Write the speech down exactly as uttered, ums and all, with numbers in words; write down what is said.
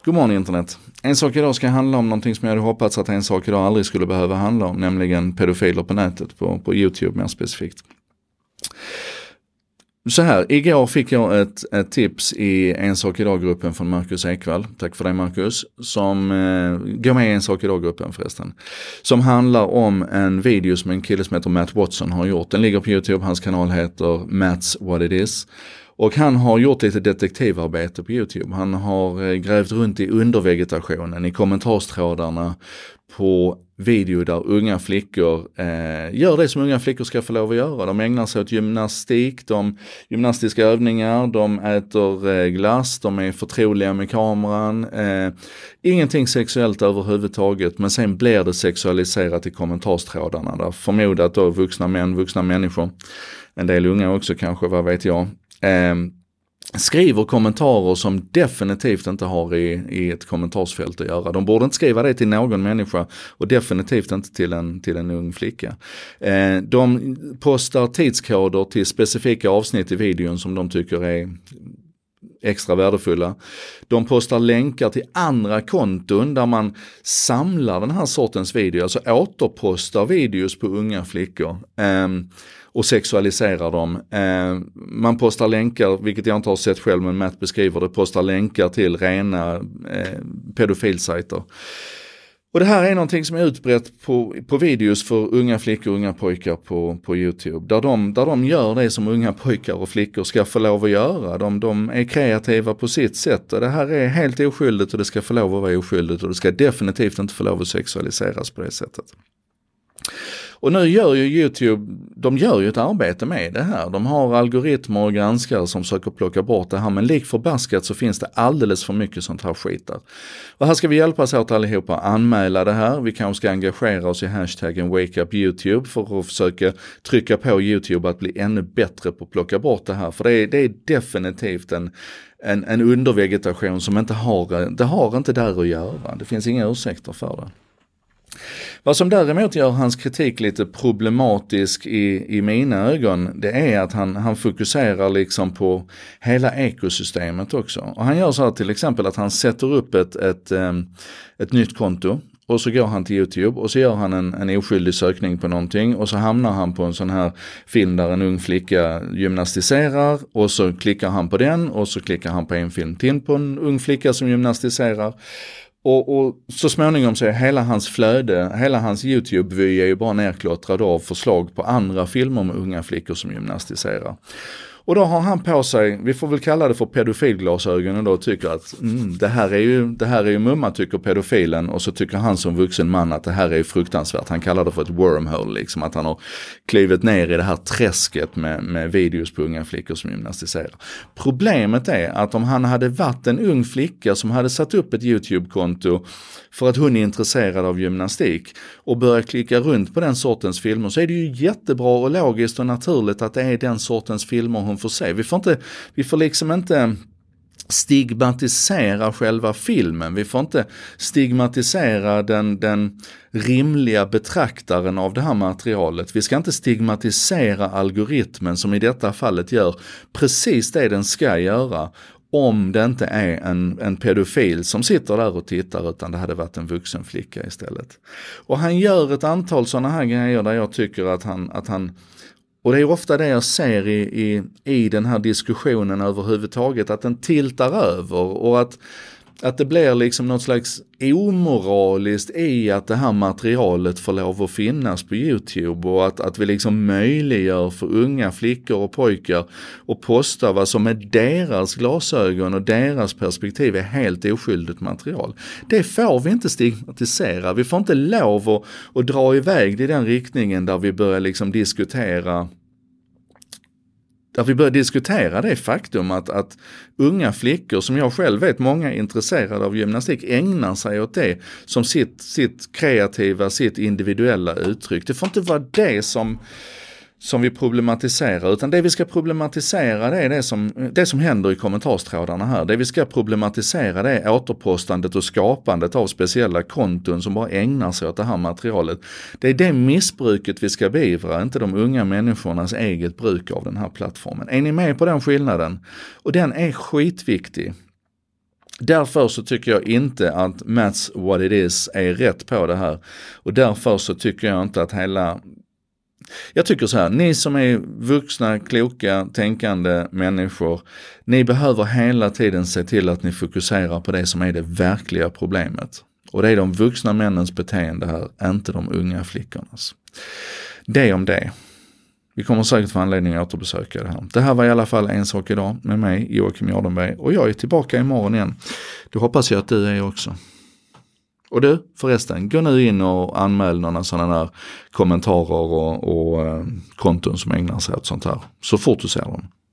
God morgon internet. En sak idag ska handla om någonting som jag hade hoppats att en sak idag aldrig skulle behöva handla om, nämligen pedofiler på nätet, på, på YouTube mer specifikt. Så här, igår fick jag ett, ett tips i En sak idag-gruppen från Marcus Ekvall. Tack för dig Marcus. Som eh, går med i En sak idag-gruppen förresten. Som handlar om en video som en kille som heter Matt Watson har gjort. Den ligger på YouTube, hans kanal heter Matt's What It Is. Och han har gjort lite detektivarbete på YouTube. Han har eh, grävt runt i undervegetationen, i kommentarstrådarna på video där unga flickor eh, gör det som unga flickor ska få lov att göra. De ägnar sig åt gymnastik, de gymnastiska övningar, de äter eh, glass, de är förtroliga med kameran. Eh, ingenting sexuellt överhuvudtaget, men sen blir det sexualiserat i kommentarstrådarna där förmodat då vuxna män, vuxna människor, en del unga också kanske, vad vet jag. Eh, skriver kommentarer som definitivt inte har i, i ett kommentarsfält att göra. De borde inte skriva det till någon människa och definitivt inte till en, till en ung flicka. Eh, de postar tidskoder till specifika avsnitt i videon som de tycker är extra värdefulla. De postar länkar till andra konton där man samlar den här sortens video, alltså återpostar videos på unga flickor eh, och sexualiserar dem. Eh, man postar länkar, vilket jag inte har sett själv men Matt beskriver det, postar länkar till rena eh, pedofilsajter. Och det här är någonting som är utbrett på, på videos för unga flickor och unga pojkar på, på YouTube. Där de, där de gör det som unga pojkar och flickor ska få lov att göra. De, de är kreativa på sitt sätt. Och det här är helt oskyldigt och det ska få lov att vara oskyldigt. Och det ska definitivt inte få lov att sexualiseras på det sättet. Och nu gör ju YouTube, de gör ju ett arbete med det här. De har algoritmer och granskare som försöker plocka bort det här. Men lik förbaskat så finns det alldeles för mycket sånt här skit där. Och här ska vi hjälpas åt allihopa att anmäla det här. Vi kanske ska engagera oss i hashtaggen WakeUpYouTube för att försöka trycka på YouTube att bli ännu bättre på att plocka bort det här. För det är, det är definitivt en, en, en undervegetation som inte har, det har inte där att göra. Det finns inga ursäkter för det. Vad som däremot gör hans kritik lite problematisk i, i mina ögon, det är att han, han fokuserar liksom på hela ekosystemet också. Och han gör så här till exempel att han sätter upp ett, ett, ett nytt konto och så går han till YouTube och så gör han en, en oskyldig sökning på någonting och så hamnar han på en sån här film där en ung flicka gymnastiserar och så klickar han på den och så klickar han på en film till på en ung flicka som gymnastiserar. Och, och så småningom så är hela hans flöde, hela hans YouTube-vy är ju bara nerklottrad av förslag på andra filmer med unga flickor som gymnastiserar. Och då har han på sig, vi får väl kalla det för pedofilglasögonen då, och tycker att mm, det här är ju det här är ju mumma tycker pedofilen, och så tycker han som vuxen man att det här är fruktansvärt. Han kallar det för ett wormhole, liksom att han har klivit ner i det här träsket med, med videos på unga flickor som gymnastiserar. Problemet är att om han hade varit en ung flicka som hade satt upp ett YouTube-konto för att hon är intresserad av gymnastik och börjar klicka runt på den sortens filmer, så är det ju jättebra och logiskt och naturligt att det är den sortens filmer hon får se. Vi får inte, vi får liksom inte stigmatisera själva filmen. Vi får inte stigmatisera den, den rimliga betraktaren av det här materialet. Vi ska inte stigmatisera algoritmen som i detta fallet gör precis det den ska göra, om det inte är en, en pedofil som sitter där och tittar, utan det hade varit en vuxen flicka istället. Och han gör ett antal sådana här grejer där jag tycker att han, att han och det är ofta det jag ser i, i, i den här diskussionen överhuvudtaget, att den tiltar över och att, att det blir liksom något slags omoraliskt i att det här materialet får lov att finnas på YouTube, och att, att vi liksom möjliggör för unga flickor och pojkar att posta vad som är deras glasögon och deras perspektiv är helt oskyldigt material. Det får vi inte stigmatisera. Vi får inte lov att, att dra iväg i den riktningen där vi börjar liksom diskutera Där vi börjar diskutera det faktum att, att unga flickor, som jag själv vet många är intresserade av gymnastik, ägnar sig åt det som sitt, sitt kreativa, sitt individuella uttryck. Det får inte vara det som, som vi problematiserar, utan det vi ska problematisera det är det som, det som händer i kommentarstrådarna här. Det vi ska problematisera det är återpostandet och skapandet av speciella konton som bara ägnar sig åt det här materialet. Det är det missbruket vi ska beivra, inte de unga människornas eget bruk av den här plattformen. Är ni med på den skillnaden? Och den är skitviktig. Därför så tycker jag inte att Matt's What It Is är rätt på det här. Och därför så tycker jag inte att hela... Jag tycker så här, ni som är vuxna, kloka, tänkande människor, ni behöver hela tiden se till att ni fokuserar på det som är det verkliga problemet. Och det är de vuxna männens beteende här, inte de unga flickornas. Det om det. Vi kommer säkert få anledning att återbesöka det här. Det här var i alla fall En sak idag med mig, Joakim Jardenberg. Och jag är tillbaka imorgon igen. Det hoppas jag att du är också. Och du, förresten, gå nu in och anmäl några sådana här kommentarer och, och eh, konton som ägnar sig åt sånt här. Så fort du ser dem.